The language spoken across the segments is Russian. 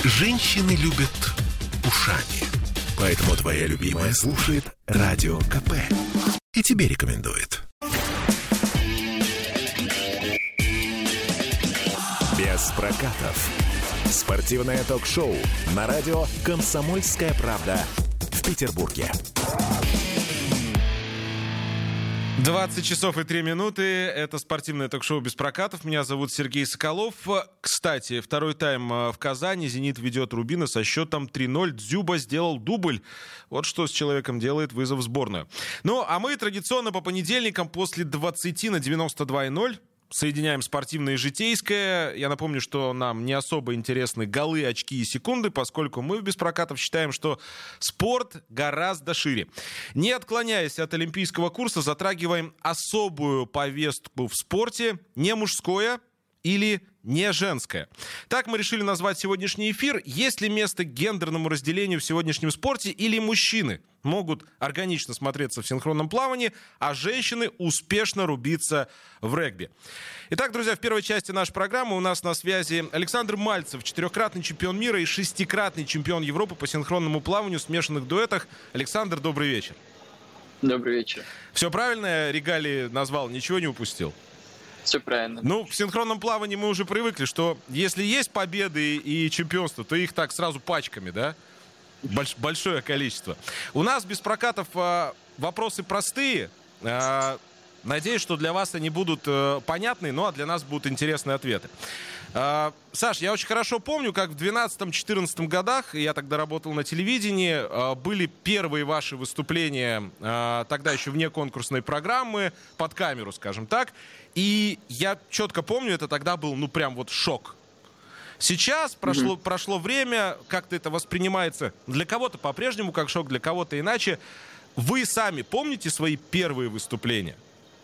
Женщины любят ушами. Поэтому твоя любимая слушает Радио КП. И тебе рекомендует. Без прокатов. Спортивное ток-шоу на радио «Комсомольская правда» в Петербурге. 20 часов и 3 минуты. Это спортивное ток-шоу «Без прокатов». Меня зовут Сергей Соколов. Кстати, второй тайм в Казани. «Зенит» ведет «Рубина» со счетом 3-0. Дзюба сделал дубль. Вот что с человеком делает вызов в сборную. Ну, а мы традиционно по понедельникам после 20 на 92,0 соединяем спортивное и житейское. Я напомню, что нам не особо интересны голы, очки и секунды, поскольку мы в «Без прокатов» считаем, что спорт гораздо шире. Не отклоняясь от олимпийского курса, затрагиваем особую повестку в спорте, не мужское или не женское. Так мы решили назвать сегодняшний эфир. Есть ли место гендерному разделению в сегодняшнем спорте, или мужчины могут органично смотреться в синхронном плавании, а женщины успешно рубиться в регби? Итак, друзья, в первой части нашей программы у нас на связи Александр Мальцев, 4-кратный чемпион мира и 6-кратный чемпион Европы по синхронному плаванию в смешанных дуэтах. Александр, добрый вечер. Добрый вечер. Все правильно я регалии назвал, ничего не упустил? Все правильно. Ну, в синхронном плавании мы уже привыкли, что если есть победы и чемпионство, то их так сразу пачками, да? Большое количество. У нас без прокатов вопросы простые. Надеюсь, что для вас они будут понятны, ну а для нас будут интересные ответы. Саш, я очень хорошо помню, как в 2012-2014 годах, я тогда работал на телевидении, были первые ваши выступления, тогда еще вне конкурсной программы, под камеру, скажем так. И я четко помню, это тогда был, ну, прям вот шок. Сейчас прошло время, как-то это воспринимается для кого-то по-прежнему как шок, для кого-то иначе. Вы сами помните свои первые выступления?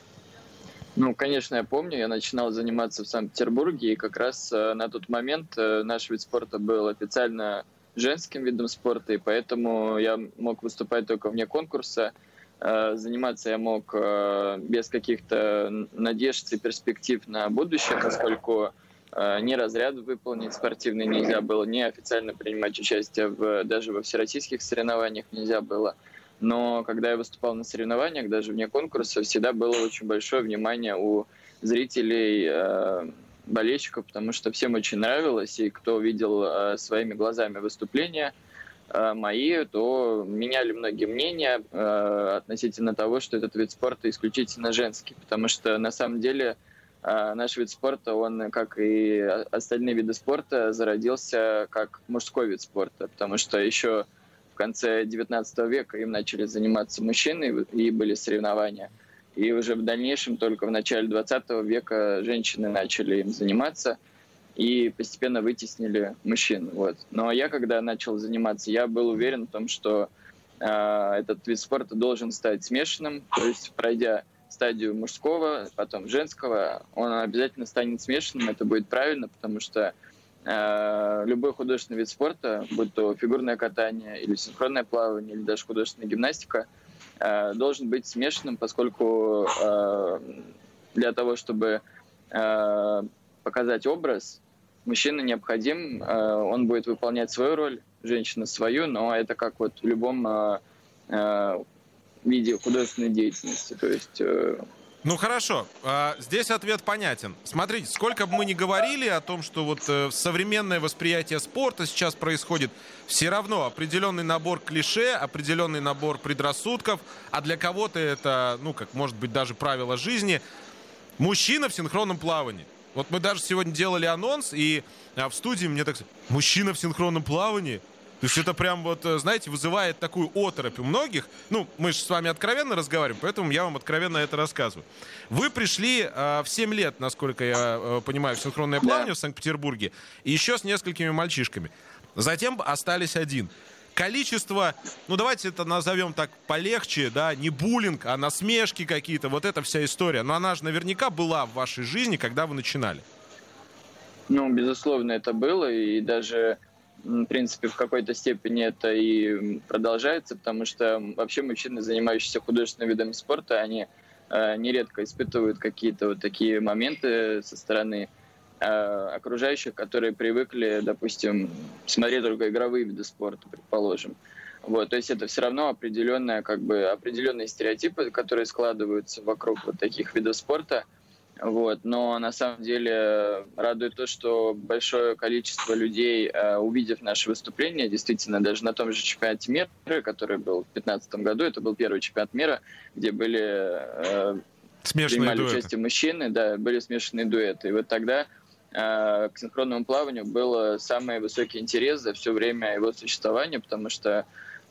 Ну, конечно, я помню. Я начинал заниматься в Санкт-Петербурге, и как раз на тот момент наш вид спорта был официально женским видом спорта, и поэтому я мог выступать только вне конкурса. Заниматься я мог без каких-то надежд и перспектив на будущее, поскольку ни разряд выполнить спортивный нельзя было, ни официально принимать участие даже во всероссийских соревнованиях нельзя было. Но когда я выступал на соревнованиях, даже вне конкурса, всегда было очень большое внимание у зрителей, болельщиков, потому что всем очень нравилось, и кто видел своими глазами выступления мои, то меняли многие мнения относительно того, что этот вид спорта исключительно женский, потому что на самом деле наш вид спорта, он, как и остальные виды спорта, зародился как мужской вид спорта, потому что еще в конце 19 века им начали заниматься мужчины, и были соревнования. И уже в дальнейшем, только в начале 20 века, женщины начали им заниматься и постепенно вытеснили мужчин. Вот. Но я, когда начал заниматься, я был уверен в том, что этот вид спорта должен стать смешанным, то есть пройдя стадию мужского, потом женского, он обязательно станет смешанным, это будет правильно, потому что любой художественный вид спорта, будь то фигурное катание или синхронное плавание, или даже художественная гимнастика, должен быть смешанным, поскольку для того, чтобы показать образ, мужчина необходим, он будет выполнять свою роль, женщина свою, но это как вот в любом виде художественной деятельности. То есть... Ну хорошо, здесь ответ понятен. Смотрите, сколько бы мы ни говорили о том, что вот современное восприятие спорта сейчас происходит, все равно определенный набор клише, определенный набор предрассудков, а для кого-то это, ну как, может быть, даже правило жизни. Мужчина в синхронном плавании. Вот мы даже сегодня делали анонс, и в студии мне так сказать, мужчина в синхронном плавании? То есть это прям вот, знаете, вызывает такую оторопь у многих. Ну, мы же с вами откровенно разговариваем, поэтому я вам откровенно это рассказываю. Вы пришли в 7 лет, насколько я понимаю, в синхронное плавание в Санкт-Петербурге, и еще с несколькими мальчишками. Затем остались один. Количество, ну давайте это назовем так полегче, да, не буллинг, а насмешки какие-то, вот эта вся история. Но она же наверняка была в вашей жизни, когда вы начинали. Ну, безусловно, это было, и даже... В принципе, в какой-то степени это и продолжается, потому что вообще мужчины, занимающиеся художественными видами спорта, они нередко испытывают какие-то вот такие моменты со стороны окружающих, которые привыкли, допустим, смотреть только игровые виды спорта, предположим. Вот, то есть это все равно определенные стереотипы, которые складываются вокруг вот таких видов спорта. Вот, но на самом деле радует то, что большое количество людей, увидев наше выступление, действительно, даже на том же чемпионате мира, который был в 2015 году, это был первый чемпионат мира, где принимали участие мужчины, да, были смешанные дуэты. И вот тогда к синхронному плаванию был самый высокий интерес за все время его существования, потому что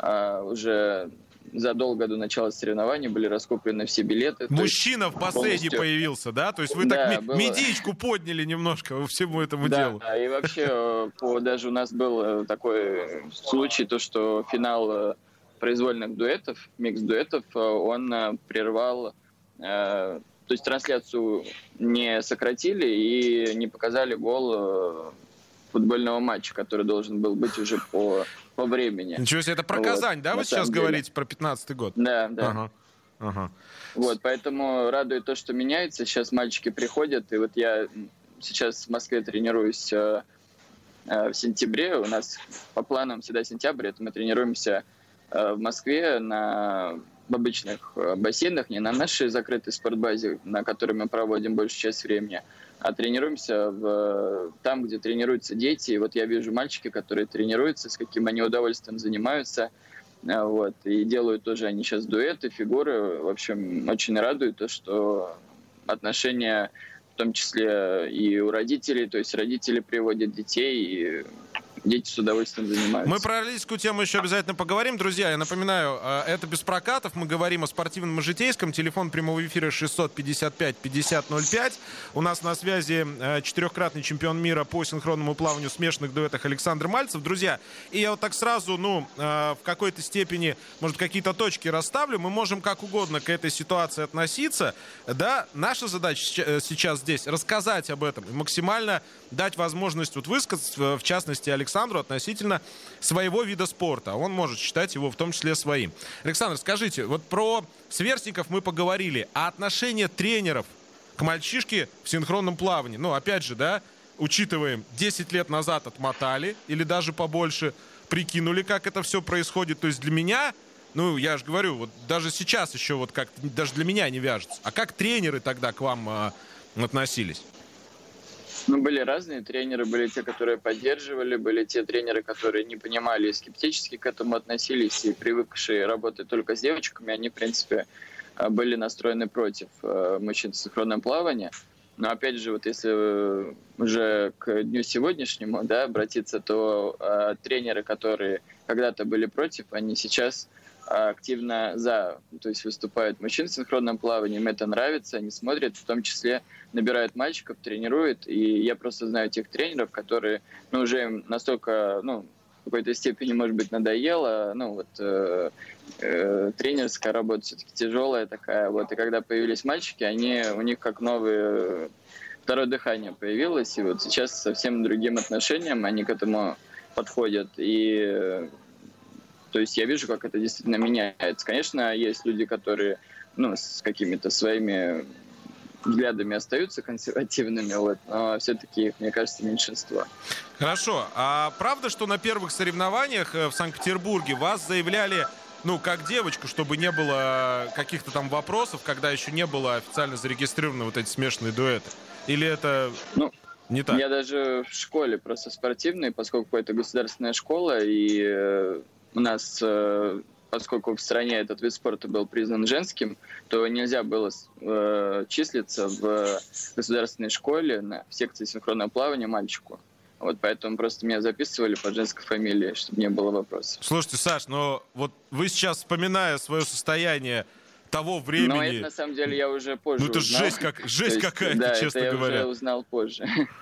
уже задолго до начала соревнований были раскуплены все билеты. Мужчина в бассейне появился, да? То есть вы так медичку подняли немножко всему этому делу. Да, и вообще даже у нас был такой случай, то что финал произвольных дуэтов, микс-дуэтов, он прервал... То есть трансляцию не сократили и не показали гол футбольного матча, который должен был быть уже по времени. Ничего себе, это про Казань, да, вы сейчас говорите, про 15-й год? Да. Ага. Вот, поэтому радует то, что меняется. Сейчас мальчики приходят, и вот я сейчас в Москве тренируюсь в сентябре. У нас по планам всегда сентябрь, это мы тренируемся в Москве в обычных бассейнах, не на нашей закрытой спортбазе, на которой мы проводим большую часть времени, а тренируемся там, где тренируются дети. И вот я вижу мальчики, которые тренируются, с каким они удовольствием занимаются. Вот, и делают тоже они сейчас дуэты, фигуры. В общем, очень радует то, что отношения, в том числе и у родителей, то есть родители приводят детей, и дети с удовольствием занимаются. Мы про олимпийскую тему еще обязательно поговорим. Друзья, я напоминаю, это «Без прокатов». Мы говорим о спортивном и житейском. Телефон прямого эфира 655-5005. У нас на связи четырехкратный чемпион мира по синхронному плаванию в смешанных дуэтах Александр Мальцев. Друзья, и я вот так сразу, в какой-то степени, может, какие-то точки расставлю. Мы можем как угодно к этой ситуации относиться. Да, наша задача сейчас здесь рассказать об этом и максимально дать возможность высказаться, в частности, Александру относительно своего вида спорта. Он может считать его в том числе своим. Александр, скажите, вот про сверстников мы поговорили, а отношение тренеров к мальчишке в синхронном плавании, опять же, да, учитываем, 10 лет назад отмотали или даже побольше, прикинули, как это все происходит. То есть для меня, я же говорю, вот даже сейчас еще как даже для меня не вяжется. А как тренеры тогда к вам относились? Были разные тренеры, были те, которые поддерживали, были те тренеры, которые не понимали и скептически к этому относились, и привыкшие работать только с девочками, они, в принципе, были настроены против мужчин в синхронном плавании. Но, опять же, если уже к дню сегодняшнему, да, обратиться, то тренеры, которые когда-то были против, они сейчас активно за, то есть выступают мужчин в синхронном плавании, им это нравится, они смотрят, в том числе набирают мальчиков, тренируют, и я просто знаю тех тренеров, которые, уже им настолько, в какой-то степени, может быть, надоело, тренерская работа все-таки тяжелая такая, и когда появились мальчики, у них как новое второе дыхание появилось, и вот сейчас совсем другим отношением они к этому подходят, и то есть я вижу, как это действительно меняется. Конечно, есть люди, которые с какими-то своими взглядами остаются консервативными, но все-таки их, мне кажется, меньшинство. Хорошо. А правда, что на первых соревнованиях в Санкт-Петербурге вас заявляли, как девочку, чтобы не было каких-то там вопросов, когда еще не было официально зарегистрированы эти смешанные дуэты? Или это... не так? Я даже в школе просто спортивной, поскольку это государственная школа, и у нас, поскольку в стране этот вид спорта был признан женским, то нельзя было числиться в государственной школе в секции синхронного плавания мальчику. Поэтому просто меня записывали под женской фамилией, чтобы не было вопросов. Слушайте, Саш, но вот вы сейчас, вспоминая свое состояние того времени... Но это, на самом деле, я уже позже это узнал. Жесть какая-то, честно говоря. Да, это я уже узнал позже.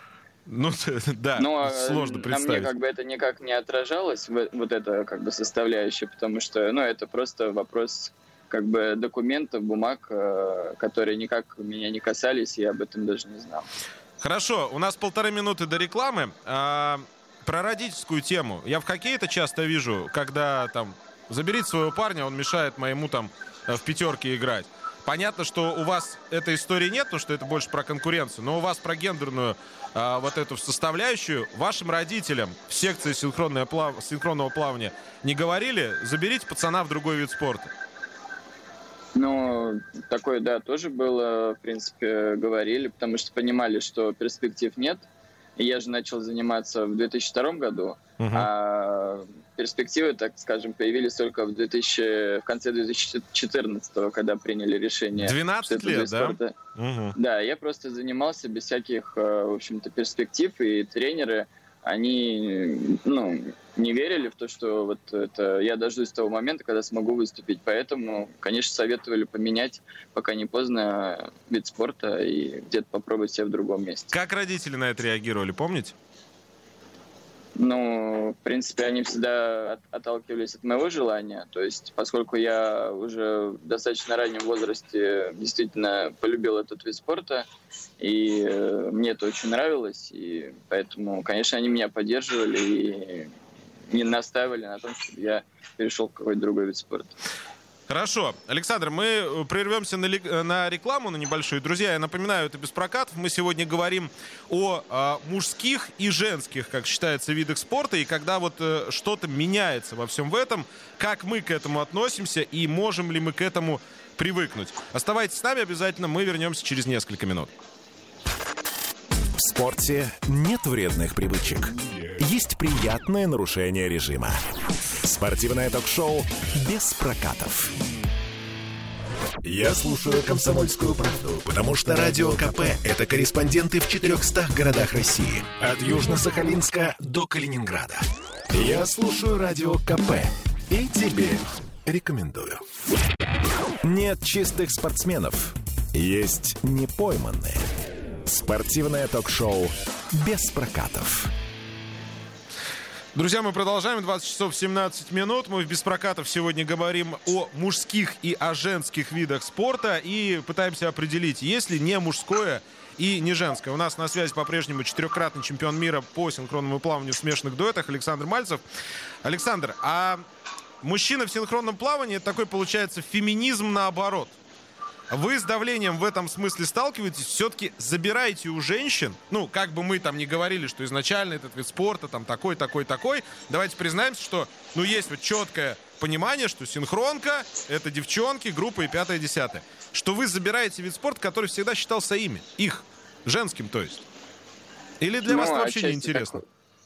Да, сложно представить. На мне это никак не отражалось, эта составляющая, потому что, это просто вопрос документов, бумаг, которые никак меня не касались, и я об этом даже не знал. Хорошо, у нас 1,5 минуты до рекламы. Про родительскую тему. Я в хоккее это часто вижу, когда заберите своего парня, он мешает моему в пятерке играть. понятно, что у вас этой истории нет, потому что это больше про конкуренцию, но у вас про гендерную вот эту составляющую. Вашим родителям в секции синхронного плавания не говорили: заберите пацана в другой вид спорта? Ну, такое, да, тоже было, в принципе, говорили, потому что понимали, что перспектив нет. И я же начал заниматься в 2002 году, а перспективы, так скажем, появились только в конце 2014, когда приняли решение. 12 лет, да? Да, я просто занимался без всяких, в общем-то, перспектив, и тренеры, они, не верили в то, что вот это я дождусь того момента, когда смогу выступить. Поэтому, конечно, советовали поменять, пока не поздно, вид спорта и где-то попробовать себя в другом месте. Как родители на это реагировали, помните? Ну, в принципе, они всегда отталкивались от моего желания. То есть, поскольку я уже в достаточно раннем возрасте действительно полюбил этот вид спорта, и мне это очень нравилось, и поэтому, конечно, они меня поддерживали и не настаивали на том, чтобы я перешел в какой-то другой вид спорта. Хорошо. Александр, мы прервемся на рекламу, на небольшую. Друзья, я напоминаю, это «Без прокатов». Мы сегодня говорим о мужских и женских, как считается, видах спорта. И когда вот что-то меняется во всем в этом, как мы к этому относимся и можем ли мы к этому привыкнуть. Оставайтесь с нами обязательно, мы вернемся через несколько минут. В спорте нет вредных привычек. Есть приятное нарушение режима. Спортивное ток-шоу «Без прокатов». Я слушаю «Комсомольскую правду», потому что Радио КП – это корреспонденты в 400 городах России. От Южно-Сахалинска до Калининграда. Я слушаю Радио КП и тебе рекомендую. Нет чистых спортсменов, есть непойманные. Спортивное ток-шоу «Без прокатов». Друзья, мы продолжаем. 20 часов 17 минут. Мы в «Без прокатов» сегодня говорим о мужских и о женских видах спорта и пытаемся определить, есть ли не мужское и не женское. У нас на связи по-прежнему 4-кратный чемпион мира по синхронному плаванию в смешанных дуэтах Александр Мальцев. Александр, а мужчина в синхронном плавании — это такой, получается, феминизм наоборот. Вы с давлением в этом смысле сталкиваетесь? Все-таки забираете у женщин, как бы мы там ни говорили, что изначально этот вид спорта там такой. Давайте признаемся, что, есть вот четкое понимание, что синхронка — это девчонки, группа и 5-10. Что вы забираете вид спорта, который всегда считался ими, их, женским, то есть. Или для вас это вообще не интересно?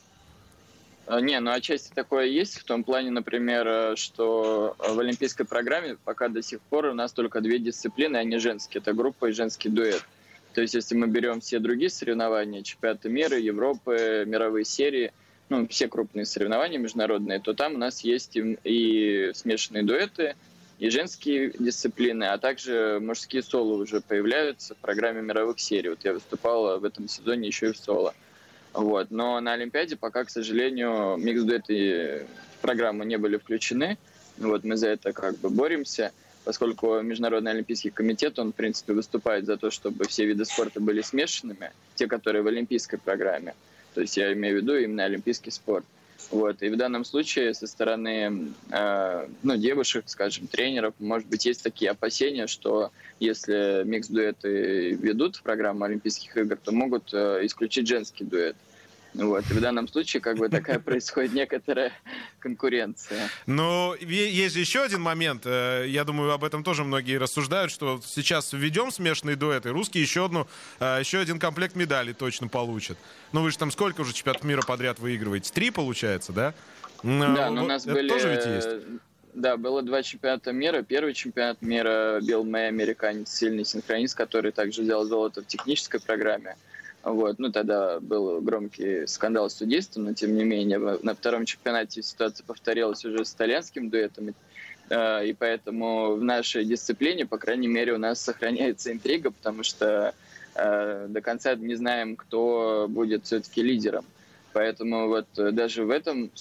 Отчасти такое есть, в том плане, например, что в олимпийской программе пока до сих пор у нас только 2 дисциплины, они женские, это группа и женский дуэт. То есть если мы берем все другие соревнования, чемпионаты мира, Европы, мировые серии, все крупные соревнования международные, то там у нас есть и смешанные дуэты, и женские дисциплины, а также мужские соло уже появляются в программе мировых серий. Вот я выступал в этом сезоне еще и в соло. Но на Олимпиаде пока, к сожалению, микс-дуэты в программу не были включены. Мы за это боремся, поскольку Международный олимпийский комитет, он, в принципе, выступает за то, чтобы все виды спорта были смешанными, те, которые в олимпийской программе. То есть я имею в виду именно олимпийский спорт. И в данном случае со стороны девушек, скажем, тренеров, может быть, есть такие опасения, что если микс-дуэты ведут в программу Олимпийских игр, то могут исключить женский дуэт. И в данном случае такая происходит некоторая конкуренция. Но есть же еще один момент. Я думаю, об этом тоже многие рассуждают, что сейчас введем смешанные дуэты, русские еще один комплект медалей точно получат. Вы же там сколько уже чемпионатов мира подряд выигрываете? 3, получается, да? Да, но у нас были... тоже ведь есть? Да, было 2 чемпионата мира. Первый чемпионат мира Билл Мэй, американец, сильный синхронист, который также взял золото в технической программе. Тогда был громкий скандал с судейством, но тем не менее на втором чемпионате ситуация повторилась уже с итальянским дуэтом, и поэтому в нашей дисциплине, по крайней мере, у нас сохраняется интрига, потому что до конца не знаем, кто будет все-таки лидером. Поэтому даже в этом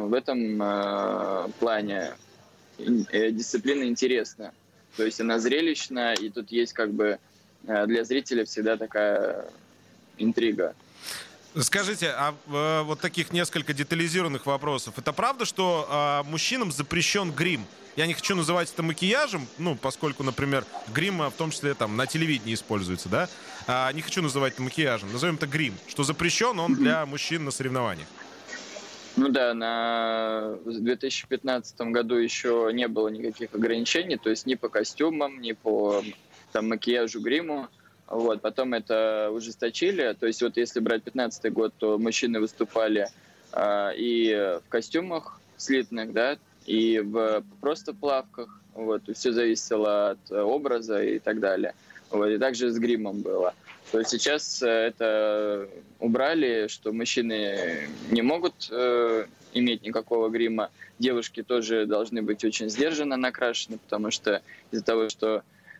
плане дисциплина интересна. То есть она зрелищна, и тут есть для зрителя всегда такая интрига. Скажите, вот таких несколько детализированных вопросов. Это правда, что мужчинам запрещен грим? Я не хочу называть это макияжем, поскольку, например, грим в том числе там на телевидении используется, да? Не хочу называть это макияжем. Назовем это грим. Что запрещен он для мужчин на соревнованиях. Ну да, в 2015 году еще не было никаких ограничений, то есть ни по костюмам, ни по макияжу, гриму. Вот, потом это ужесточили, то есть вот если брать 2015 год, то мужчины выступали и в костюмах слитных, да, и просто в плавках, вот, все зависело от образа и так далее. Вот, и также с гримом было. То есть сейчас это убрали, что мужчины не могут иметь никакого грима, девушки тоже должны быть очень сдержанно накрашены, потому что из-за того, что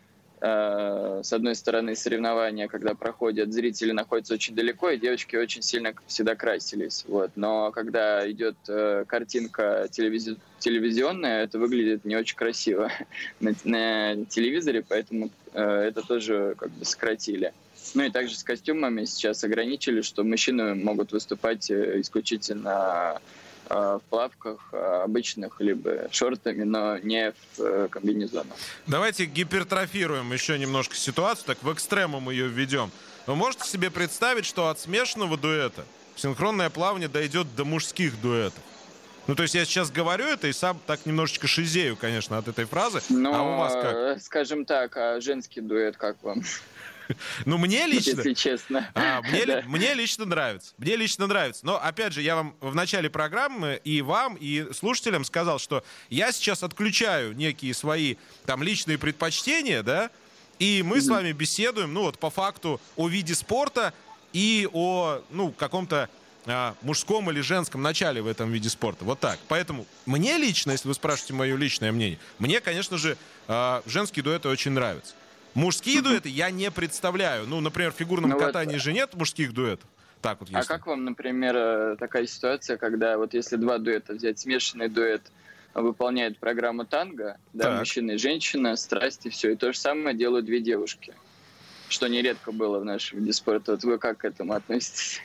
с одной стороны, соревнования, когда проходят, зрители находятся очень далеко, и девочки очень сильно всегда красились. Вот. Но когда идет картинка телевизионная, это выглядит не очень красиво на телевизоре, поэтому это тоже как бы сократили. Ну и также с костюмами сейчас ограничили, что мужчины могут выступать исключительно в плавках обычных, либо шортами, но не в комбинезонах. Давайте гипертрофируем еще немножко ситуацию, так в экстремум ее введем. Вы можете себе представить, что от смешанного дуэта синхронное плавание дойдет до мужских дуэтов? То есть я сейчас говорю это и сам так немножечко шизею, конечно, от этой фразы. Но, а у вас как? Скажем так, а женский дуэт как вам? Мне лично... Если честно. Мне лично нравится. Мне лично нравится. Но, опять же, я вам в начале программы и вам, и слушателям сказал, что я сейчас отключаю некие свои там личные предпочтения, да, и мы с вами беседуем, по факту о виде спорта и о, каком-то мужском или женском начале в этом виде спорта. Вот так. Поэтому мне лично, если вы спрашиваете мое личное мнение, мне, конечно же, женские дуэты очень нравятся. Мужские дуэты я не представляю. Например, в фигурном катании же нет мужских дуэтов. Так вот есть. А как вам, например, такая ситуация, когда вот если два дуэта взять, смешанный дуэт выполняет программу танго, да, мужчина и женщина, страсти, все, и то же самое делают две девушки, что нередко было в нашем виде спорта. Вот вы как к этому относитесь?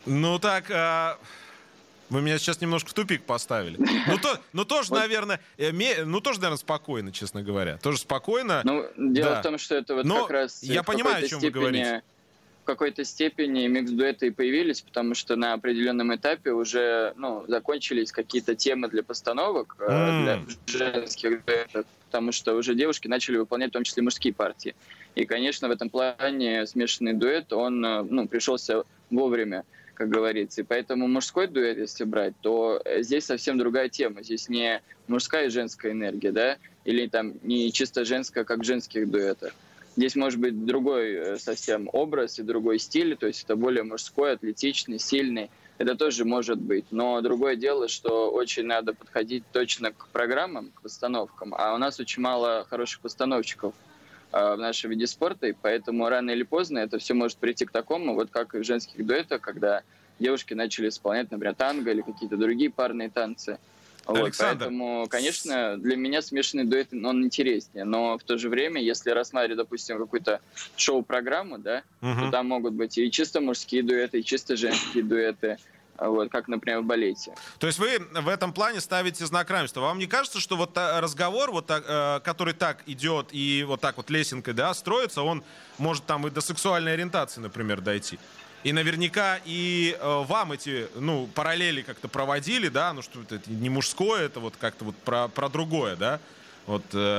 Вы меня сейчас немножко в тупик поставили. Тоже, наверное, спокойно, честно говоря. Тоже спокойно. Дело в том, что это как раз я понимаю, о чем вы говорите. В какой-то степени микс-дуэты и появились, потому что на определенном этапе уже закончились какие-то темы для постановок для женских дуэтов, потому что уже девушки начали выполнять в том числе мужские партии. И, конечно, в этом плане смешанный дуэт, он пришелся вовремя, как говорится. И поэтому мужской дуэт, если брать, то здесь совсем другая тема. Здесь не мужская и женская энергия, да, или там не чисто женская, как в женских дуэтах. Здесь может быть другой совсем образ и другой стиль, то есть это более мужской, атлетичный, сильный. Это тоже может быть. Но другое дело, что очень надо подходить точно к программам, к постановкам. А у нас очень мало хороших постановщиков в нашем виде спорта, и поэтому рано или поздно это все может прийти к такому, вот как и в женских дуэтах, когда девушки начали исполнять, например, танго или какие-то другие парные танцы. Поэтому, конечно, для меня смешанный дуэт, он интереснее, но в то же время, если рассматривать, допустим, какую-то шоу-программу, да, то там могут быть и чисто мужские дуэты, и чисто женские дуэты. Как, например, в балете. То есть вы в этом плане ставите знак равенства. Вам не кажется, что вот разговор, который так идет и вот так вот лесенкой, да, строится, он может там и до сексуальной ориентации, например, дойти? И наверняка и вам эти, параллели как-то проводили, да, что это не мужское, это вот как-то вот про другое, да? Вот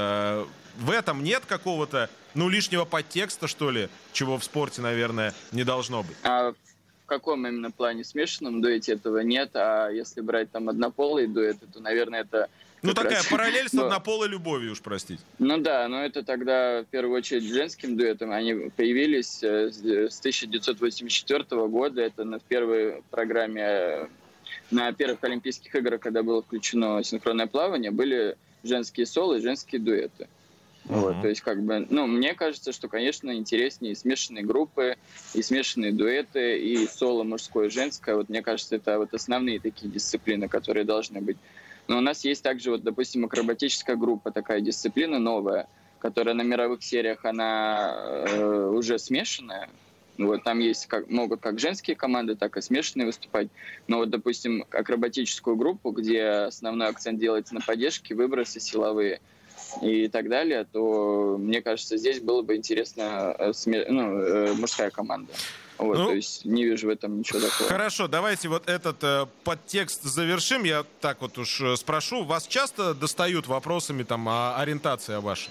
в этом нет какого-то, лишнего подтекста, что ли, чего в спорте, наверное, не должно быть? В каком именно плане смешанном дуэте этого нет, а если брать там однополые дуэты, то, наверное, это... такая параллель с однополой любовью, уж простите. Да, но это тогда, в первую очередь, женским дуэтом. Они появились с 1984 года, это в первой программе, на первых Олимпийских играх, когда было включено синхронное плавание, были женские соло и женские дуэты. То есть, мне кажется, что, конечно, интереснее и смешанные группы, и смешанные дуэты, и соло мужское и женское. Мне кажется, это основные такие дисциплины, которые должны быть. Но у нас есть также, допустим, акробатическая группа, такая дисциплина новая, которая на мировых сериях, она уже смешанная. Вот, там есть могут как женские команды, так и смешанные выступать. Но вот, допустим, акробатическую группу, где основной акцент делается на поддержке, выбросы силовые и так далее, то, мне кажется, здесь было бы интересно мужская команда. Вот, то есть не вижу в этом ничего такого. Хорошо, давайте вот этот подтекст завершим. Я так вот уж спрошу. Вас часто достают вопросами там о ориентации вашей?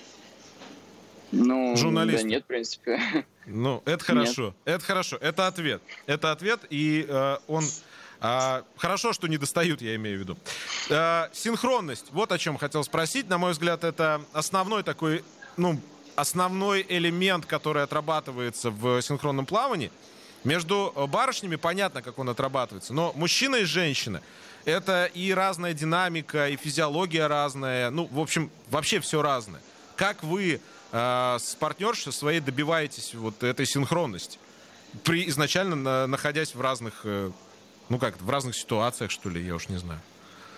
Журналисты? Да нет, в принципе. Это хорошо. Нет. Это хорошо. Это ответ. Это ответ, и он... хорошо, что не достают, я имею в виду. Синхронность. Вот о чем хотел спросить. На мой взгляд, это основной такой, основной элемент, который отрабатывается в синхронном плавании. Между барышнями понятно, как он отрабатывается, но мужчина и женщина — это и разная динамика, и физиология разная, в общем, вообще все разное. Как вы с партнершей своей добиваетесь вот этой синхронности, изначально находясь в разных, в разных ситуациях, что ли, я уж не знаю?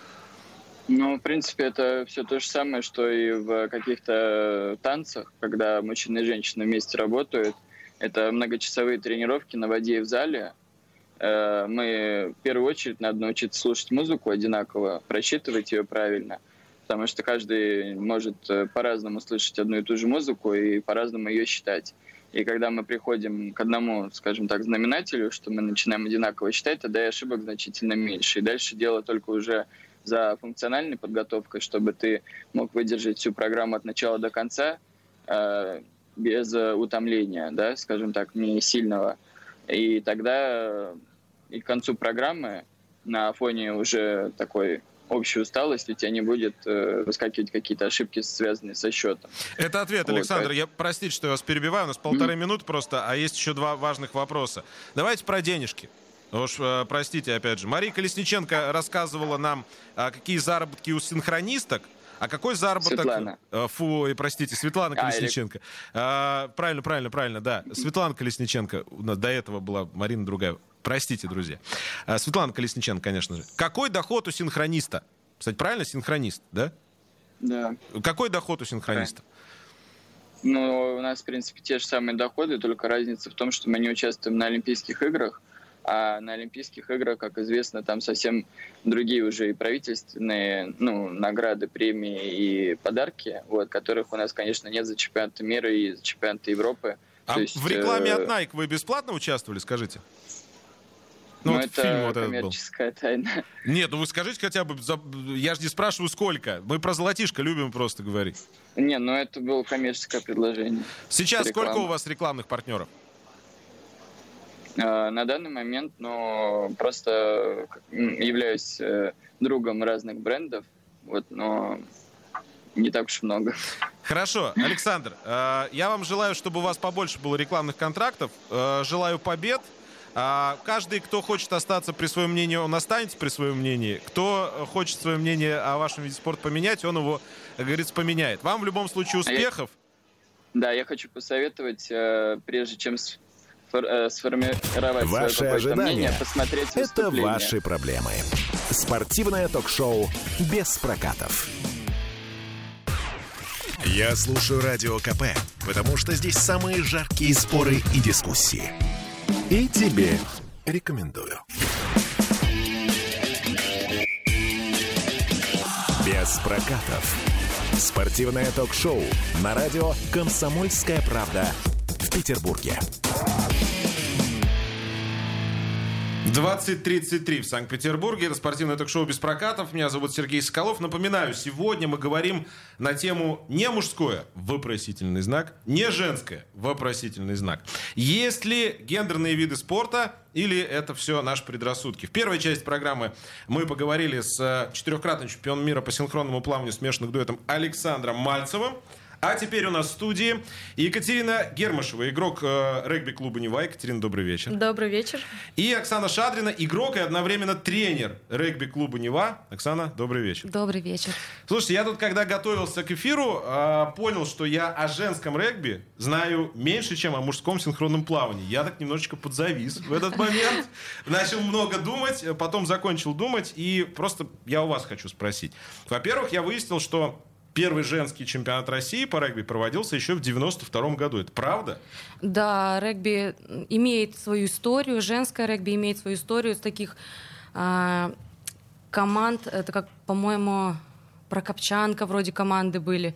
В принципе, это все то же самое, что и в каких-то танцах, когда мужчина и женщина вместе работают. Это многочасовые тренировки на воде и в зале. Мы в первую очередь надо научиться слушать музыку одинаково, просчитывать ее правильно, потому что каждый может по-разному слышать одну и ту же музыку и по-разному ее считать. И когда мы приходим к одному, скажем так, знаменателю, что мы начинаем одинаково считать, тогда и ошибок значительно меньше. И дальше дело только уже за функциональной подготовкой, чтобы ты мог выдержать всю программу от начала до конца, без утомления, да, скажем так, не сильного. И тогда и к концу программы на фоне уже такой общей усталости у тебя не будет выскакивать какие-то ошибки, связанные со счетом. Это ответ, Александр. Простите, что я вас перебиваю. У нас 1,5 минуты просто, а есть еще 2 важных вопроса. Давайте про денежки. Простите, опять же. Мария Колесниченко рассказывала нам, какие заработки у синхронисток. А какой заработок... Светлана. Светлана Колесниченко. Правильно, да. Светлана Колесниченко. До этого была Марина другая. Простите, друзья. Светлана Колесниченко, конечно же. Какой доход у синхрониста? Кстати, правильно, синхронист, да? Да. Какой доход у синхрониста? У нас, в принципе, те же самые доходы, только разница в том, что мы не участвуем на Олимпийских играх, а на Олимпийских играх, как известно, там совсем другие уже и правительственные награды, премии и подарки, которых у нас, конечно, нет за чемпионаты мира и за чемпионаты Европы. А в рекламе от Nike вы бесплатно участвовали, скажите? Это коммерческая тайна. Нет, вы скажите хотя бы, я же не спрашиваю сколько. Мы про золотишко любим просто говорить. Это было коммерческое предложение. Сейчас сколько у вас рекламных партнеров? На данный момент, просто являюсь другом разных брендов, но не так уж много. Хорошо, Александр, я вам желаю, чтобы у вас побольше было рекламных контрактов, желаю побед. Каждый, кто хочет остаться при своем мнении, он останется при своем мнении. Кто хочет свое мнение о вашем виде спорта поменять, он его, как говорится, поменяет. Вам в любом случае успехов. Я хочу посоветовать, прежде чем сформировать ваши ожидания мнение, посмотреть выступление. Это ваши проблемы. Спортивное ток-шоу без прокатов. Я слушаю Радио КП, потому что здесь самые жаркие споры и дискуссии. И тебе рекомендую. Без прокатов. Спортивное ток-шоу на радио «Комсомольская правда» в Петербурге. 20:33 в Санкт-Петербурге. Это спортивное ток-шоу без прокатов. Меня зовут Сергей Соколов. Напоминаю, сегодня мы говорим на тему не мужское, вопросительный знак, не женское, вопросительный знак. Есть ли гендерные виды спорта или это все наши предрассудки? В первой части программы мы поговорили с 4-кратным чемпионом мира по синхронному плаванию смешанных дуэтом Александром Мальцевым. А теперь у нас в студии Екатерина Гермашева, игрок регби-клуба «Нева». Екатерина, добрый вечер. Добрый вечер. И Оксана Шадрина, игрок и одновременно тренер регби-клуба «Нева». Оксана, добрый вечер. Добрый вечер. Слушайте, я тут, когда готовился к эфиру, понял, что я о женском регби знаю меньше, чем о мужском синхронном плавании. Я так немножечко подзавис в этот момент. Начал много думать, потом закончил думать. И просто я у вас хочу спросить. Во-первых, я выяснил, что первый женский чемпионат России по регби проводился еще в 92 году. Это правда? Да, регби имеет свою историю, женское регби имеет свою историю с таких команд. Это как, по-моему, Прокопчанка вроде команды были.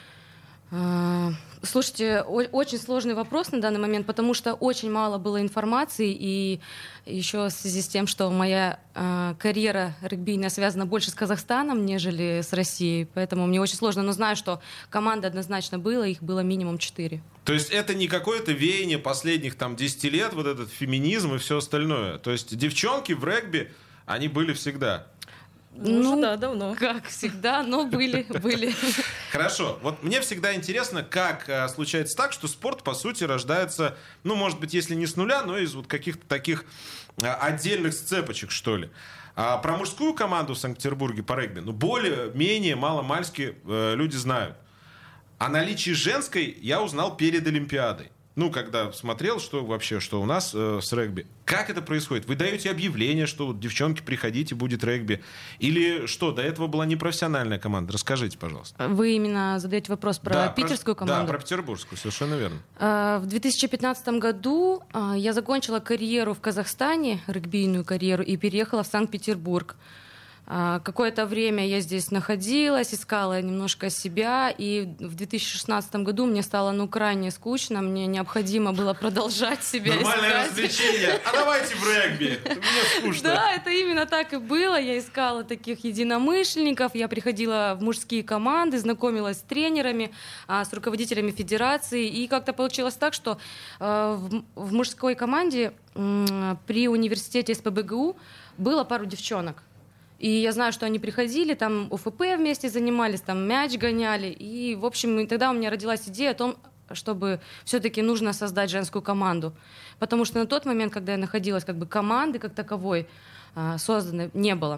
Слушайте, очень сложный вопрос на данный момент, потому что очень мало было информации, и еще в связи с тем, что моя карьера регбийная связана больше с Казахстаном, нежели с Россией, поэтому мне очень сложно, но знаю, что команда однозначно было, их было минимум 4. То есть это не какое-то веяние последних там 10 лет, вот этот феминизм и все остальное. То есть девчонки в регби, они были всегда. Ну, да, давно. Как всегда, но были. Хорошо. Вот мне всегда интересно, как случается так, что спорт, по сути, рождается, ну, может быть, если не с нуля, но из вот каких-то таких отдельных сцепочек, что ли. А про мужскую команду в Санкт-Петербурге по регби, ну, более-менее мало-мальски люди знают. О наличии женской я узнал перед Олимпиадой. Ну, когда смотрел, что вообще, что у нас с регби. Как это происходит? Вы даете объявление, что вот, девчонки, приходите, будет регби? Или что, до этого была непрофессиональная команда? Расскажите, пожалуйста. Вы именно задаете вопрос про питерскую команду? Да, про петербургскую, совершенно верно. В 2015 году я закончила карьеру в Казахстане, регбийную карьеру, и переехала в Санкт-Петербург. Какое-то время я здесь находилась, искала немножко себя, и в 2016 году мне стало крайне скучно, мне необходимо было продолжать себя Нормальное искать. развлечение. А давайте в регби. Мне скучно. Да, это именно так и было. Я искала таких единомышленников, я приходила в мужские команды, знакомилась с тренерами, с руководителями федерации, и как-то получилось так, что в мужской команде при университете СПбГУ было пару девчонок. И я знаю, что они приходили, там УФП вместе занимались, там мяч гоняли. И, в общем, и тогда у меня родилась идея о том, чтобы все-таки нужно создать женскую команду. Потому что на тот момент, когда я находилась, команды как таковой созданной не было.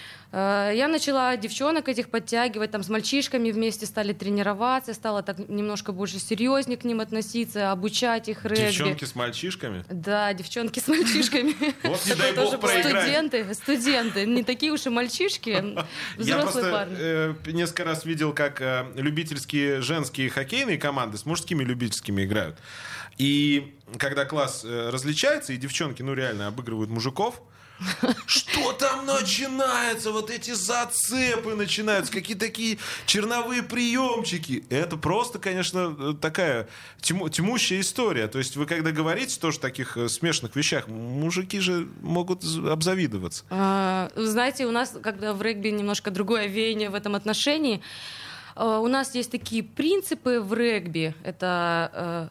Я начала девчонок этих подтягивать, там с мальчишками вместе стали тренироваться, стала так немножко больше серьезнее к ним относиться, обучать их регби. Девчонки с мальчишками? Да, девчонки с мальчишками. Вот не дай бог проиграть. Студенты, не такие уж и мальчишки, взрослые парни. Я просто несколько раз видел, как любительские женские хоккейные команды с мужскими любительскими играют. И когда класс различается, и девчонки, реально обыгрывают мужиков, что там начинается? Вот эти зацепы начинаются, какие-то такие черновые приемчики. Это просто, конечно, такая тьмущая история. То есть вы когда говорите тоже о таких смешных вещах, мужики же могут обзавидоваться. Вы знаете, у нас, когда в регби немножко другое веяние в этом отношении, у нас есть такие принципы в регби. Это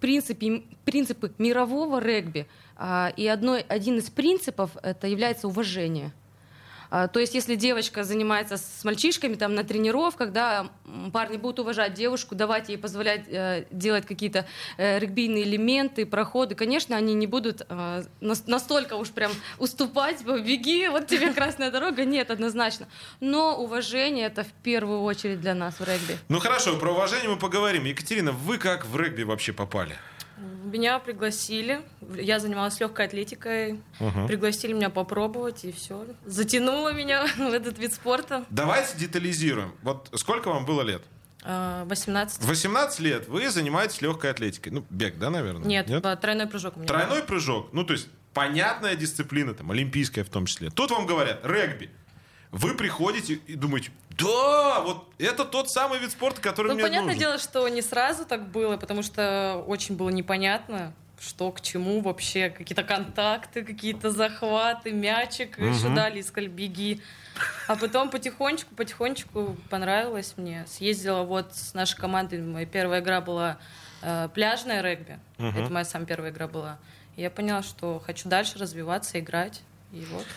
принципы мирового регби. И один из принципов это является уважение. То есть, если девочка занимается с мальчишками там, на тренировках, да, парни будут уважать девушку, давать ей позволять делать какие-то регбийные элементы, проходы. Конечно, они не будут настолько уж прям уступать, беги, вот тебе красная дорога. Нет, однозначно. Но уважение это в первую очередь для нас в регби. Ну хорошо, про уважение мы поговорим. Екатерина, вы как в регби вообще попали? Меня пригласили, я занималась легкой атлетикой, пригласили меня попробовать, и все. Затянуло меня в этот вид спорта. Давайте детализируем. Вот сколько вам было лет? 18. 18 лет вы занимаетесь легкой атлетикой. Бег, да, наверное? Нет? Тройной прыжок у меня. Тройной прыжок. То есть понятная дисциплина, там, олимпийская в том числе. Тут вам говорят, регби. Вы приходите и думаете, да, вот это тот самый вид спорта, который мне нужен. Понятное дело, что не сразу так было, потому что очень было непонятно, что к чему вообще. Какие-то контакты, какие-то захваты, мячик, еще дали, искали, беги. А потом потихонечку понравилось мне. Съездила вот с нашей командой, моя первая игра была пляжная регби. Это моя самая первая игра была. И я поняла, что хочу дальше развиваться, играть. И вот.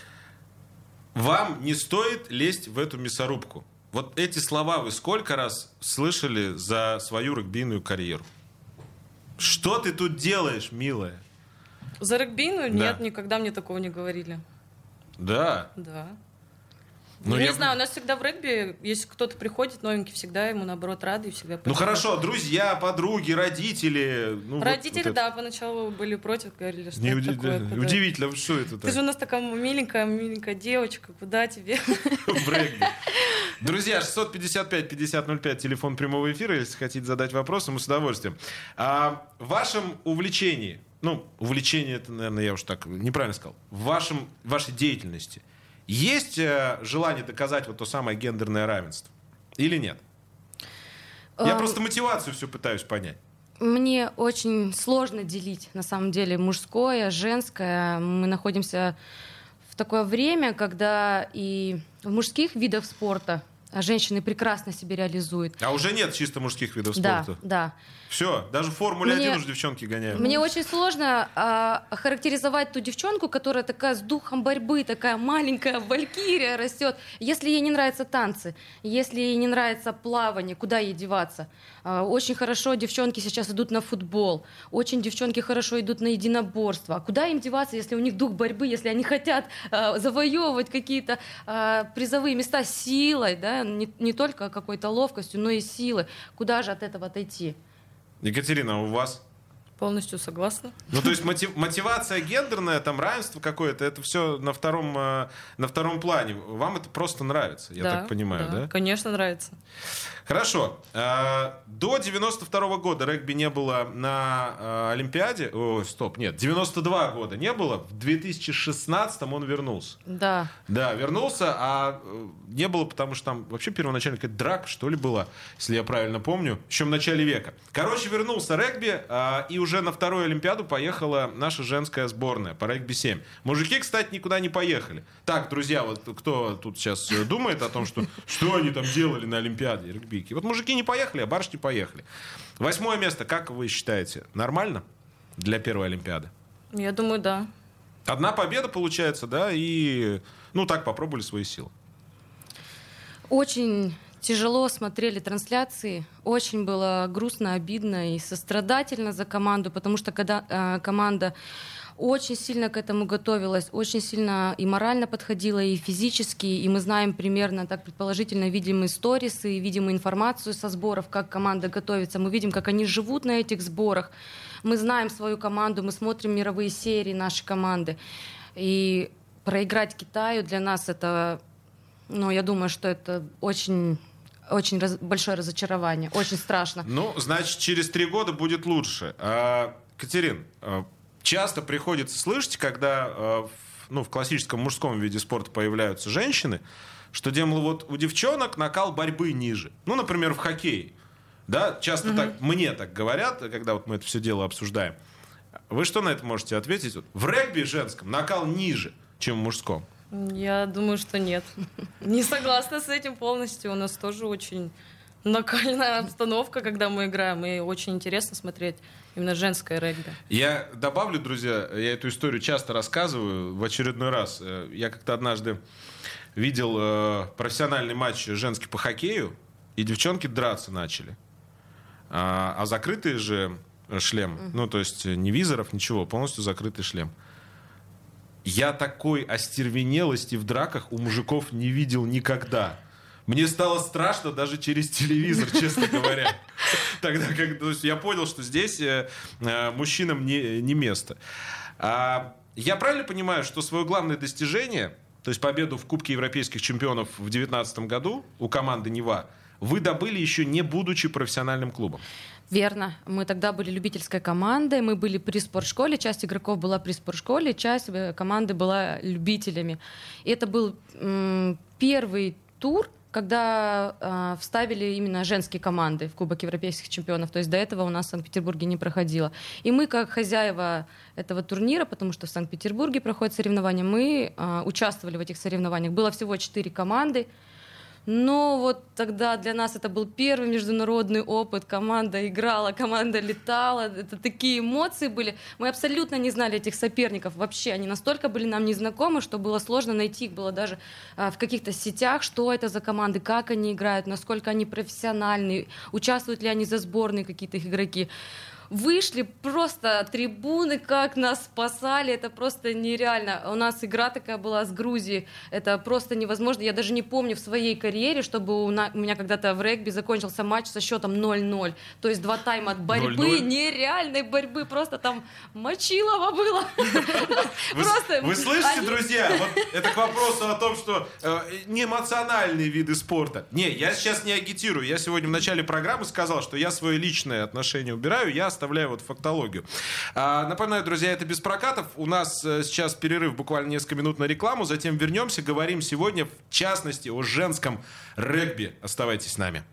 Вам не стоит лезть в эту мясорубку. Вот эти слова вы сколько раз слышали за свою регбийную карьеру? Что ты тут делаешь, милая? За регбийную? Да. Нет, никогда мне такого не говорили. Да? Да. Я не знаю, у нас всегда в регби, если кто-то приходит новенький, всегда ему, наоборот, рады и всегда... хорошо, друзья, подруги, родители... Родители, да, поначалу были против, говорили, что это такое. Удивительно, что это Ты же у нас такая миленькая девочка, куда тебе? В регби. Друзья, 655-5005, телефон прямого эфира, если хотите задать вопросы, мы с удовольствием. В вашем увлечении, увлечение, это, наверное, я уж так неправильно сказал, в вашей деятельности есть желание доказать вот то самое гендерное равенство или нет? Я просто мотивацию все пытаюсь понять. Мне очень сложно делить, на самом деле, мужское, женское. Мы находимся в такое время, когда и в мужских видах спорта женщины прекрасно себя реализуют. А уже нет чисто мужских видов спорта? Да. Все, даже в Формуле-1 уже девчонки гоняют. Мне очень сложно охарактеризовать ту девчонку, которая такая с духом борьбы, такая маленькая валькирия растет. Если ей не нравятся танцы, если ей не нравится плавание, куда ей деваться? Очень хорошо девчонки сейчас идут на футбол, очень девчонки хорошо идут на единоборство. А куда им деваться, если у них дух борьбы, если они хотят завоевывать какие-то призовые места силой, да? Не только какой-то ловкостью, но и силой? Куда же от этого отойти? Екатерина, а у вас? Полностью согласна. То есть мотивация гендерная, там равенство какое-то, это все на втором плане. Вам это просто нравится, я так понимаю, да? Конечно, нравится. Хорошо. До 92 года регби не было на Олимпиаде. 92 года не было. В 2016 он вернулся. Да. Да, вернулся, а не было, потому что там вообще первоначально какая-то драка, что ли, была, если я правильно помню, еще в начале века. Короче, вернулся регби, и уже на вторую Олимпиаду поехала наша женская сборная по регби-7. Мужики, кстати, никуда не поехали. Так, друзья, вот кто тут сейчас думает о том, что они там делали на Олимпиаде регби. Вот мужики не поехали, а барышни поехали. 8-е место, как вы считаете, нормально для первой Олимпиады? Я думаю, да. Одна победа получается, да, и так попробовали свои силы. Очень тяжело смотрели трансляции, очень было грустно, обидно и сострадательно за команду, потому что когда команда очень сильно к этому готовилась, очень сильно и морально подходила, и физически, и мы знаем примерно, так предположительно, видим и сторисы, видим информацию со сборов, как команда готовится, мы видим, как они живут на этих сборах, мы знаем свою команду, мы смотрим мировые серии нашей команды, и проиграть Китаю для нас это, я думаю, что это очень большое разочарование, очень страшно. Значит, через 3 года будет лучше. Катерин, часто приходится слышать, когда в классическом мужском виде спорта появляются женщины, что, вот у девчонок накал борьбы ниже. Например, в хоккее. Да, часто мне так говорят, когда вот мы это все дело обсуждаем. Вы что на это можете ответить? В регби женском накал ниже, чем в мужском. Я думаю, что нет. Не согласна с этим полностью. У нас тоже очень накальная обстановка, когда мы играем. И очень интересно смотреть именно женское регби. Я добавлю, друзья, я эту историю часто рассказываю в очередной раз. Я как-то однажды видел профессиональный матч женский по хоккею, и девчонки драться начали. А закрытый же шлем, то есть ни визоров, ничего, полностью закрытый шлем. Я такой остервенелости в драках у мужиков не видел никогда. Мне стало страшно даже через телевизор, честно говоря. Тогда, я понял, что здесь мужчинам не место. Я правильно понимаю, что свое главное достижение, то есть победу в Кубке европейских чемпионов в 2019 году у команды «Нева», вы добыли еще не будучи профессиональным клубом? Верно. Мы тогда были любительской командой, мы были при спортшколе, часть игроков была при спортшколе, часть команды была любителями. И это был первый тур, когда вставили именно женские команды в Кубок европейских чемпионов. То есть до этого у нас в Санкт-Петербурге не проходило. И мы, как хозяева этого турнира, потому что в Санкт-Петербурге проходят соревнования, мы участвовали в этих соревнованиях. Было всего 4 команды. Но вот тогда для нас это был первый международный опыт. Команда играла, команда летала. Это такие эмоции были. Мы абсолютно не знали этих соперников вообще. Они настолько были нам незнакомы, что было сложно найти их. Было даже в каких-то сетях, что это за команды, как они играют, насколько они профессиональные, участвуют ли они за сборные какие-то игроки. вышли, просто трибуны как нас спасали, это просто нереально. У нас игра такая была с Грузией, это просто невозможно. Я даже не помню в своей карьере, чтобы у меня когда-то в регби закончился матч со счетом 0-0. То есть 2 тайма от борьбы, 0-0. нереальной борьбы, просто там мочилово было. Вы слышите, друзья? Вот это к вопросу о том, что не эмоциональные виды спорта. Не, я сейчас не агитирую. Я сегодня в начале программы сказал, что я свое личное отношение убираю, я оставляю вот фактологию. Напоминаю, друзья, это «Без прокатов». У нас сейчас перерыв, буквально несколько минут на рекламу, затем вернемся, говорим сегодня в частности о женском регби. Оставайтесь с нами.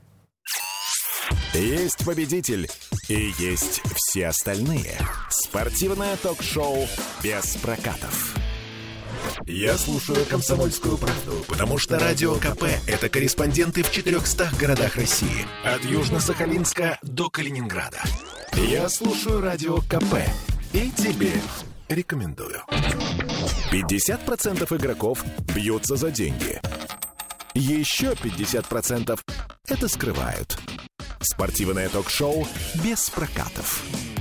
Есть победитель и есть все остальные. Спортивное ток-шоу «Без прокатов». Я слушаю «Комсомольскую правду», потому что Радио КП — это корреспонденты в 400 городах России. От Южно-Сахалинска до Калининграда. Я слушаю Радио КП и тебе рекомендую. 50% игроков бьются за деньги. Еще 50% это скрывают. Спортивное ток-шоу «Без прокатов».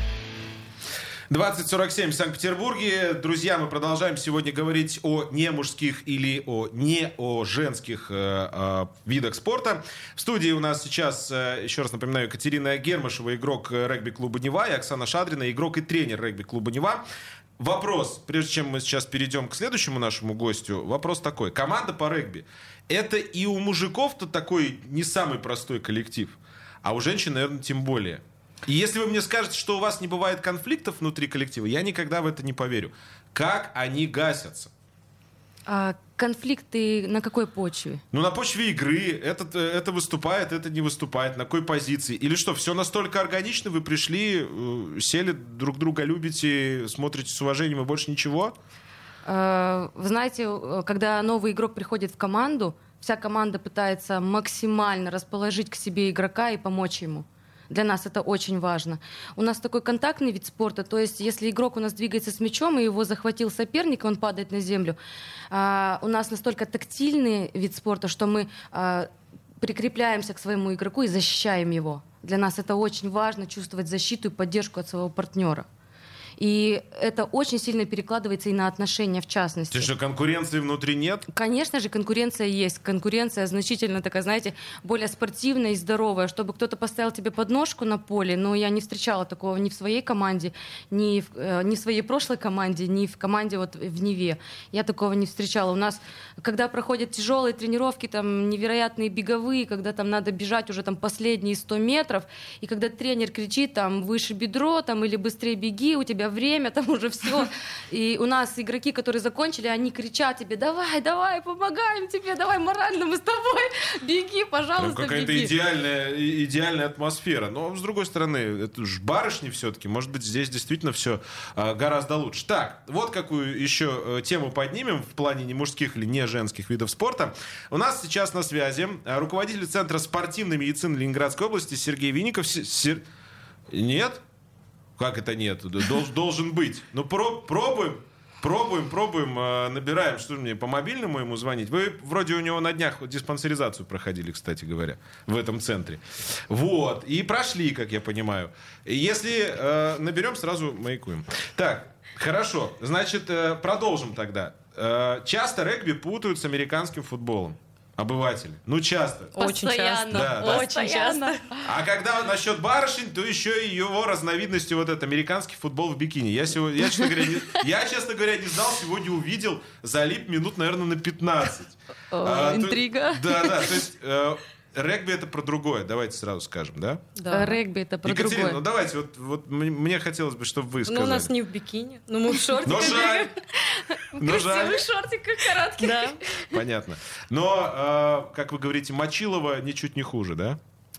20:47 в Санкт-Петербурге. Друзья, мы продолжаем сегодня говорить о немужских или не о женских видах спорта. В студии у нас сейчас, еще раз напоминаю, Екатерина Гермашева, игрок регби-клуба «Нева», и Оксана Шадрина, игрок и тренер регби-клуба «Нева». Вопрос, прежде чем мы сейчас перейдем к следующему нашему гостю, вопрос такой. Команда по регби — это и у мужиков-то такой не самый простой коллектив, а у женщин, наверное, тем более. И если вы мне скажете, что у вас не бывает конфликтов внутри коллектива, я никогда в это не поверю. Как они гасятся? А конфликты на какой почве? Ну, на почве игры. Это выступает, это не выступает. На какой позиции? Или что, все настолько органично, вы пришли, сели, друг друга любите, смотрите с уважением и больше ничего? Вы знаете, когда новый игрок приходит в команду, вся команда пытается максимально расположить к себе игрока и помочь ему. Для нас это очень важно. У нас такой контактный вид спорта, то есть если игрок у нас двигается с мячом, и его захватил соперник, он падает на землю, у нас настолько тактильный вид спорта, что мы прикрепляемся к своему игроку и защищаем его. Для нас это очень важно, чувствовать защиту и поддержку от своего партнера. И это очень сильно перекладывается и на отношения в частности. Ты что, конкуренции внутри нет? Конечно же, конкуренция есть. Конкуренция значительно такая, знаете, более спортивная и здоровая, чтобы кто-то поставил тебе подножку на поле. Но я не встречала такого ни в своей команде, ни в своей прошлой команде, ни в команде вот в Неве. Я такого не встречала. У нас, когда проходят тяжелые тренировки, там невероятные беговые, когда там надо бежать уже там последние 100 метров, и когда тренер кричит там выше бедро там, или быстрее беги, у тебя время, там уже все. И у нас игроки, которые закончили, они кричат тебе: давай, давай, помогаем тебе, давай, морально мы с тобой, беги, пожалуйста, ну, какая-то беги. идеальная атмосфера. Но, с другой стороны, это же барышни все-таки. Может быть, здесь действительно все гораздо лучше. Так, вот какую еще тему поднимем в плане не мужских или не женских видов спорта. У нас сейчас на связи руководитель Центра спортивной медицины Ленинградской области Сергей Винников. Нет? Как это нет? Должен быть. Ну, пробуем, набираем. Что же мне, по мобильному ему звонить? Вы вроде у него на днях диспансеризацию проходили, кстати говоря, в этом центре. Вот. И прошли, как я понимаю. Если наберем, сразу маякуем. Так, хорошо. Значит, продолжим тогда. Часто регби путают с американским футболом. Обыватели. Ну, часто. Очень часто. Да. Очень часто. А когда насчет барышень, то еще и его разновидностью вот этот американский футбол в бикини. Я, честно говоря, не знал, сегодня увидел, залип минут, наверное, на 15. Интрига. Да, то есть регби это про другое, давайте сразу скажем, да? Да. Регби это про Екатерина, другое. ну давайте, вот мне хотелось бы, чтобы вы сказали. Ну, у нас не в бикини, но мы в шортиках бегаем. Ну, жаль. В красивых шортиках коротких. Да. Понятно. Но, как вы говорите, Мочилова ничуть не хуже, да?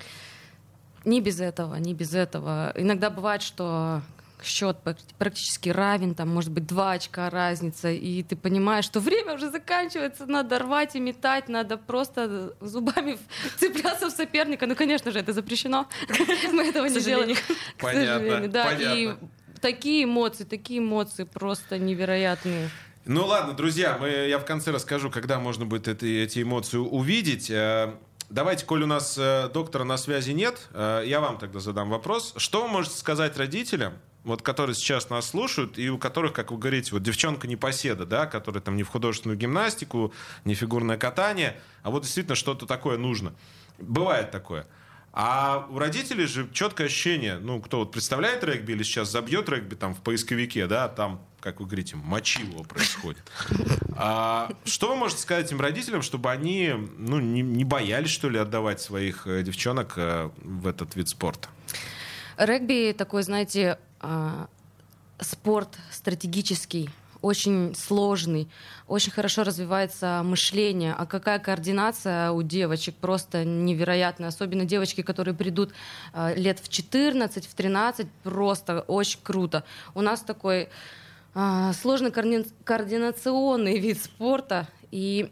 Не без этого. Иногда бывает, что счет практически равен, там, может быть, 2 очка разница, и ты понимаешь, что время уже заканчивается, надо рвать и метать, надо просто зубами цепляться в соперника. Ну, конечно же, это запрещено. Мы этого не делаем. Понятно. И такие эмоции просто невероятные. Ну ладно, друзья, я в конце расскажу, когда можно будет эти эмоции увидеть. Давайте, коль у нас доктора на связи нет, я вам тогда задам вопрос. Что вы можете сказать родителям, вот, которые сейчас нас слушают, и у которых, как вы говорите, вот девчонка непоседа, да, которая там не в художественную гимнастику, не фигурное катание, а вот действительно что-то такое нужно. Бывает такое. А у родителей же четкое ощущение, ну, кто вот представляет регби или сейчас забьет регби там в поисковике, да, там, как вы говорите, мочилово происходит. Что вы можете сказать этим родителям, чтобы они, ну, не боялись, что ли, отдавать своих девчонок в этот вид спорта? Регби такой, знаете, спорт стратегический, очень сложный, очень хорошо развивается мышление. А какая координация у девочек просто невероятная. Особенно девочки, которые придут лет в 14, в 13, просто очень круто. У нас такой сложный координационный вид спорта. И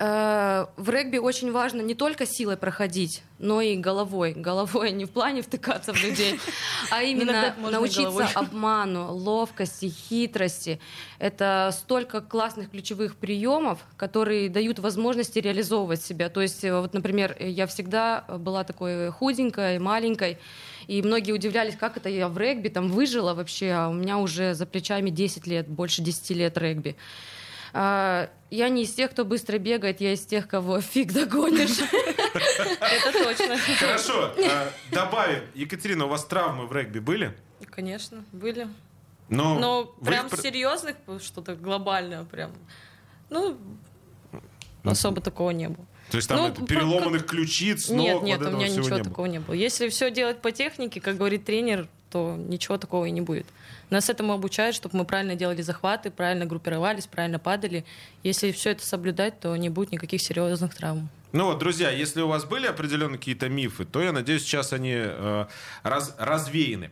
в регби очень важно не только силой проходить, но и головой. Головой не в плане втыкаться в людей, а именно научиться обману, ловкости, хитрости. Это столько классных ключевых приемов, которые дают возможности реализовывать себя. То есть, вот, например, я всегда была такой худенькой, маленькой, и многие удивлялись, как это я в регби там выжила вообще, а у меня уже за плечами 10 лет, больше 10 лет регби. Я не из тех, кто быстро бегает, я из тех, кого фиг догонишь. Это точно. Хорошо, добавим. Екатерина, у вас травмы в регби были? Конечно, были. Но прям серьезных, что-то глобальное прям, ну, особо такого не было. То есть там переломанных ключиц, ног, нет, вот у меня ничего не такого не было. Если все делать по технике, как говорит тренер, то ничего такого и не будет. Нас этому обучают, чтобы мы правильно делали захваты, правильно группировались, правильно падали. Если все это соблюдать, то не будет никаких серьезных травм. Ну вот, друзья, если у вас были определенные какие-то мифы, то, я надеюсь, сейчас они развеяны.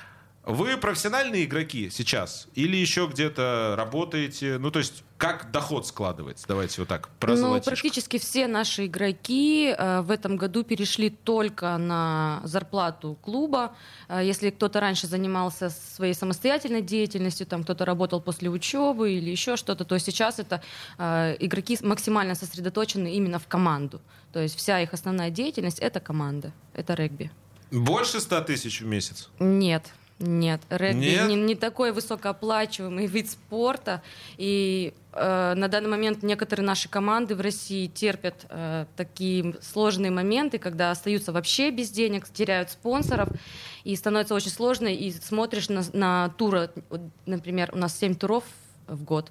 Вы профессиональные игроки сейчас? Или еще где-то работаете? Ну, то есть, как доход складывается? Давайте вот так, про золотишко. Практически все наши игроки в этом году перешли только на зарплату клуба. Если кто-то раньше занимался своей самостоятельной деятельностью, там кто-то работал после учебы или еще что-то, то сейчас это игроки максимально сосредоточены именно в команду. То есть вся их основная деятельность — это команда, это регби. Больше 100 тысяч в месяц? Нет, регби не такой высокооплачиваемый вид спорта. И на данный момент некоторые наши команды в России терпят такие сложные моменты, когда остаются вообще без денег, теряют спонсоров, и становится очень сложно. И смотришь на туры, например, у нас 7 туров в год,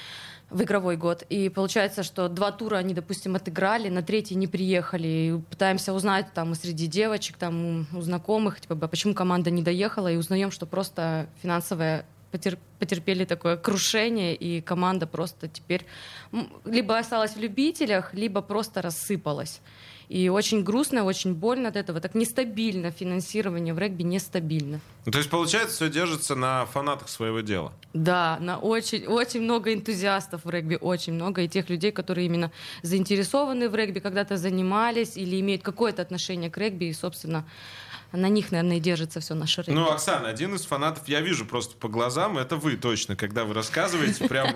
в игровой год. И получается, что 2 тура они, допустим, отыграли, на 3-й не приехали. И пытаемся узнать там среди девочек, там, у знакомых, типа, почему команда не доехала, и узнаем, что просто финансовое потерпели такое крушение, и команда просто теперь либо осталась в любителях, либо просто рассыпалась. И очень грустно, очень больно от этого. Так нестабильно финансирование в регби, нестабильно. Ну, то есть, получается, все держится на фанатах своего дела? Да, на очень много энтузиастов в регби, очень много. И тех людей, которые именно заинтересованы в регби, когда-то занимались или имеют какое-то отношение к регби. И, собственно, на них, наверное, и держится все наше регби. Ну, Оксана, один из фанатов, я вижу просто по глазам, это вы точно, когда вы рассказываете, прям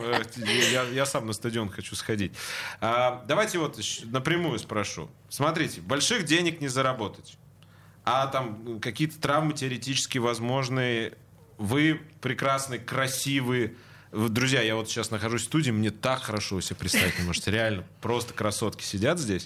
я сам на стадион хочу сходить. Давайте вот напрямую спрошу. Смотрите, больших денег не заработать, а там какие-то травмы теоретически возможны. Вы прекрасны, красивы. Друзья, я вот сейчас нахожусь в студии, мне так хорошо себе представить не можете. Реально, просто красотки сидят здесь.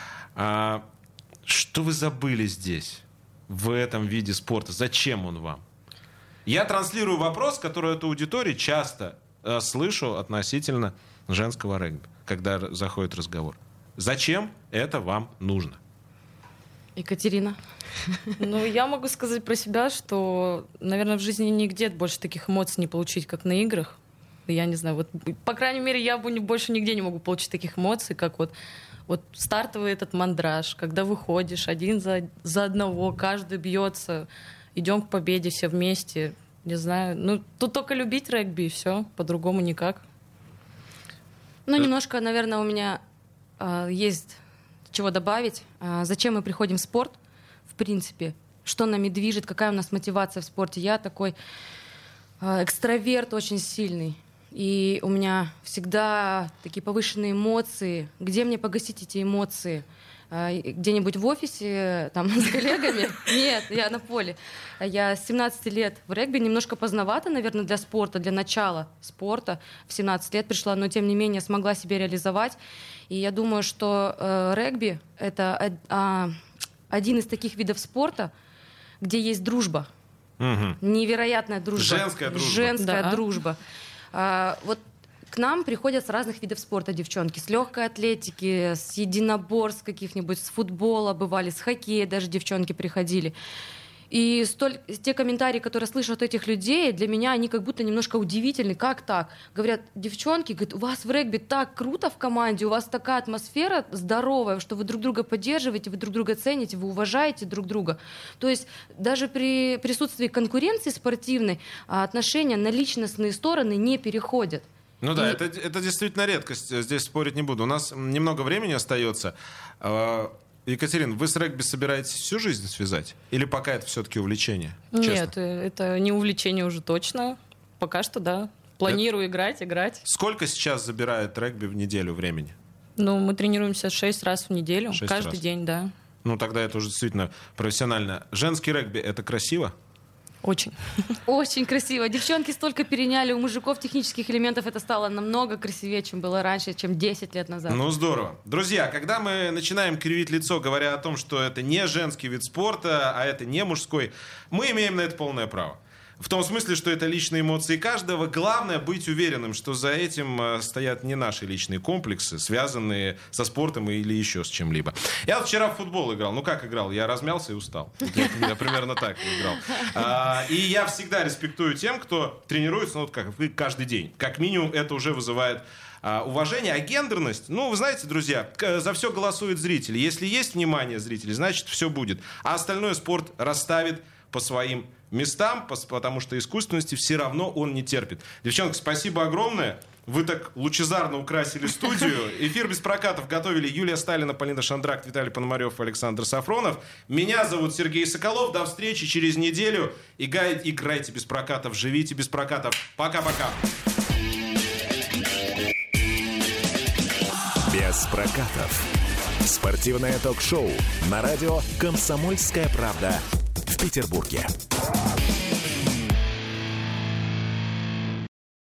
Что вы забыли здесь, в этом виде спорта? Зачем он вам? Я транслирую вопрос, который от аудитории часто слышу относительно женского регби, когда заходит разговор. Зачем это вам нужно? Екатерина? Ну, я могу сказать про себя, что, наверное, в жизни нигде больше таких эмоций не получить, как на играх. Я не знаю, вот, по крайней мере, я больше нигде не могу получить таких эмоций, как вот стартовый этот мандраж, когда выходишь один за одного, каждый бьется, идем к победе все вместе. Не знаю, ну, тут только любить регби, и все, по-другому никак. Ну, немножко, наверное, у меня есть чего добавить. Зачем мы приходим в спорт, в принципе? Что нами движет, какая у нас мотивация в спорте? Я такой экстраверт очень сильный. И у меня всегда такие повышенные эмоции. Где мне погасить эти эмоции? где-нибудь в офисе там, с коллегами. Нет, я на поле. Я с 17 лет в регби, немножко поздновато, наверное, для спорта, для начала спорта. В 17 лет пришла, но тем не менее смогла себя реализовать. И я думаю, что регби — это один из таких видов спорта, где есть дружба. Невероятная дружба. Женская дружба. Вот к нам приходят с разных видов спорта девчонки. С легкой атлетики, с единоборств каких-нибудь, с футбола бывали, с хоккея даже девчонки приходили. И те комментарии, которые слышу от этих людей, для меня они как будто немножко удивительны. Как так? Говорят, девчонки, говорят, у вас в регби так круто в команде, у вас такая атмосфера здоровая, что вы друг друга поддерживаете, вы друг друга цените, вы уважаете друг друга. То есть даже при присутствии конкуренции спортивной отношения на личностные стороны не переходят. Ну да, это действительно редкость, здесь спорить не буду. У нас немного времени остается. Екатерина, вы с регби собираетесь всю жизнь связать? Или пока это все-таки увлечение? Нет, это не увлечение уже точно. Пока что, да. Планирую играть. Сколько сейчас забирает регби в неделю времени? Ну, мы тренируемся 6 раз в неделю, каждый день, да. Ну, тогда это уже действительно профессионально. Женский регби — это красиво? Очень. Очень красиво. Девчонки столько переняли у мужиков технических элементов. Это стало намного красивее, чем было раньше, чем 10 лет назад. Ну, здорово. Друзья, когда мы начинаем кривить лицо, говоря о том, что это не женский вид спорта, а это не мужской, мы имеем на это полное право. В том смысле, что это личные эмоции каждого. Главное быть уверенным, что за этим стоят не наши личные комплексы, связанные со спортом или еще с чем-либо. Я вот вчера в футбол играл. Ну как играл? Я размялся и устал. Я примерно так играл. И я всегда респектую тем, кто тренируется, ну, вот как каждый день. Как минимум это уже вызывает уважение. А гендерность, ну, вы знаете, друзья, за все голосуют зрители. Если есть внимание зрителей, значит, все будет. А остальное спорт расставит по своим местам, потому что искусственности все равно он не терпит. Девчонки, спасибо огромное. Вы так лучезарно украсили студию. Эфир без прокатов готовили Юлия Сталина, Полина Шандрак, Виталий Пономарев, Александр Сафронов. Меня зовут Сергей Соколов. До встречи через неделю. Играйте без прокатов, живите без прокатов. Пока-пока. Без прокатов. Спортивное ток-шоу на радио «Комсомольская правда» в Петербурге.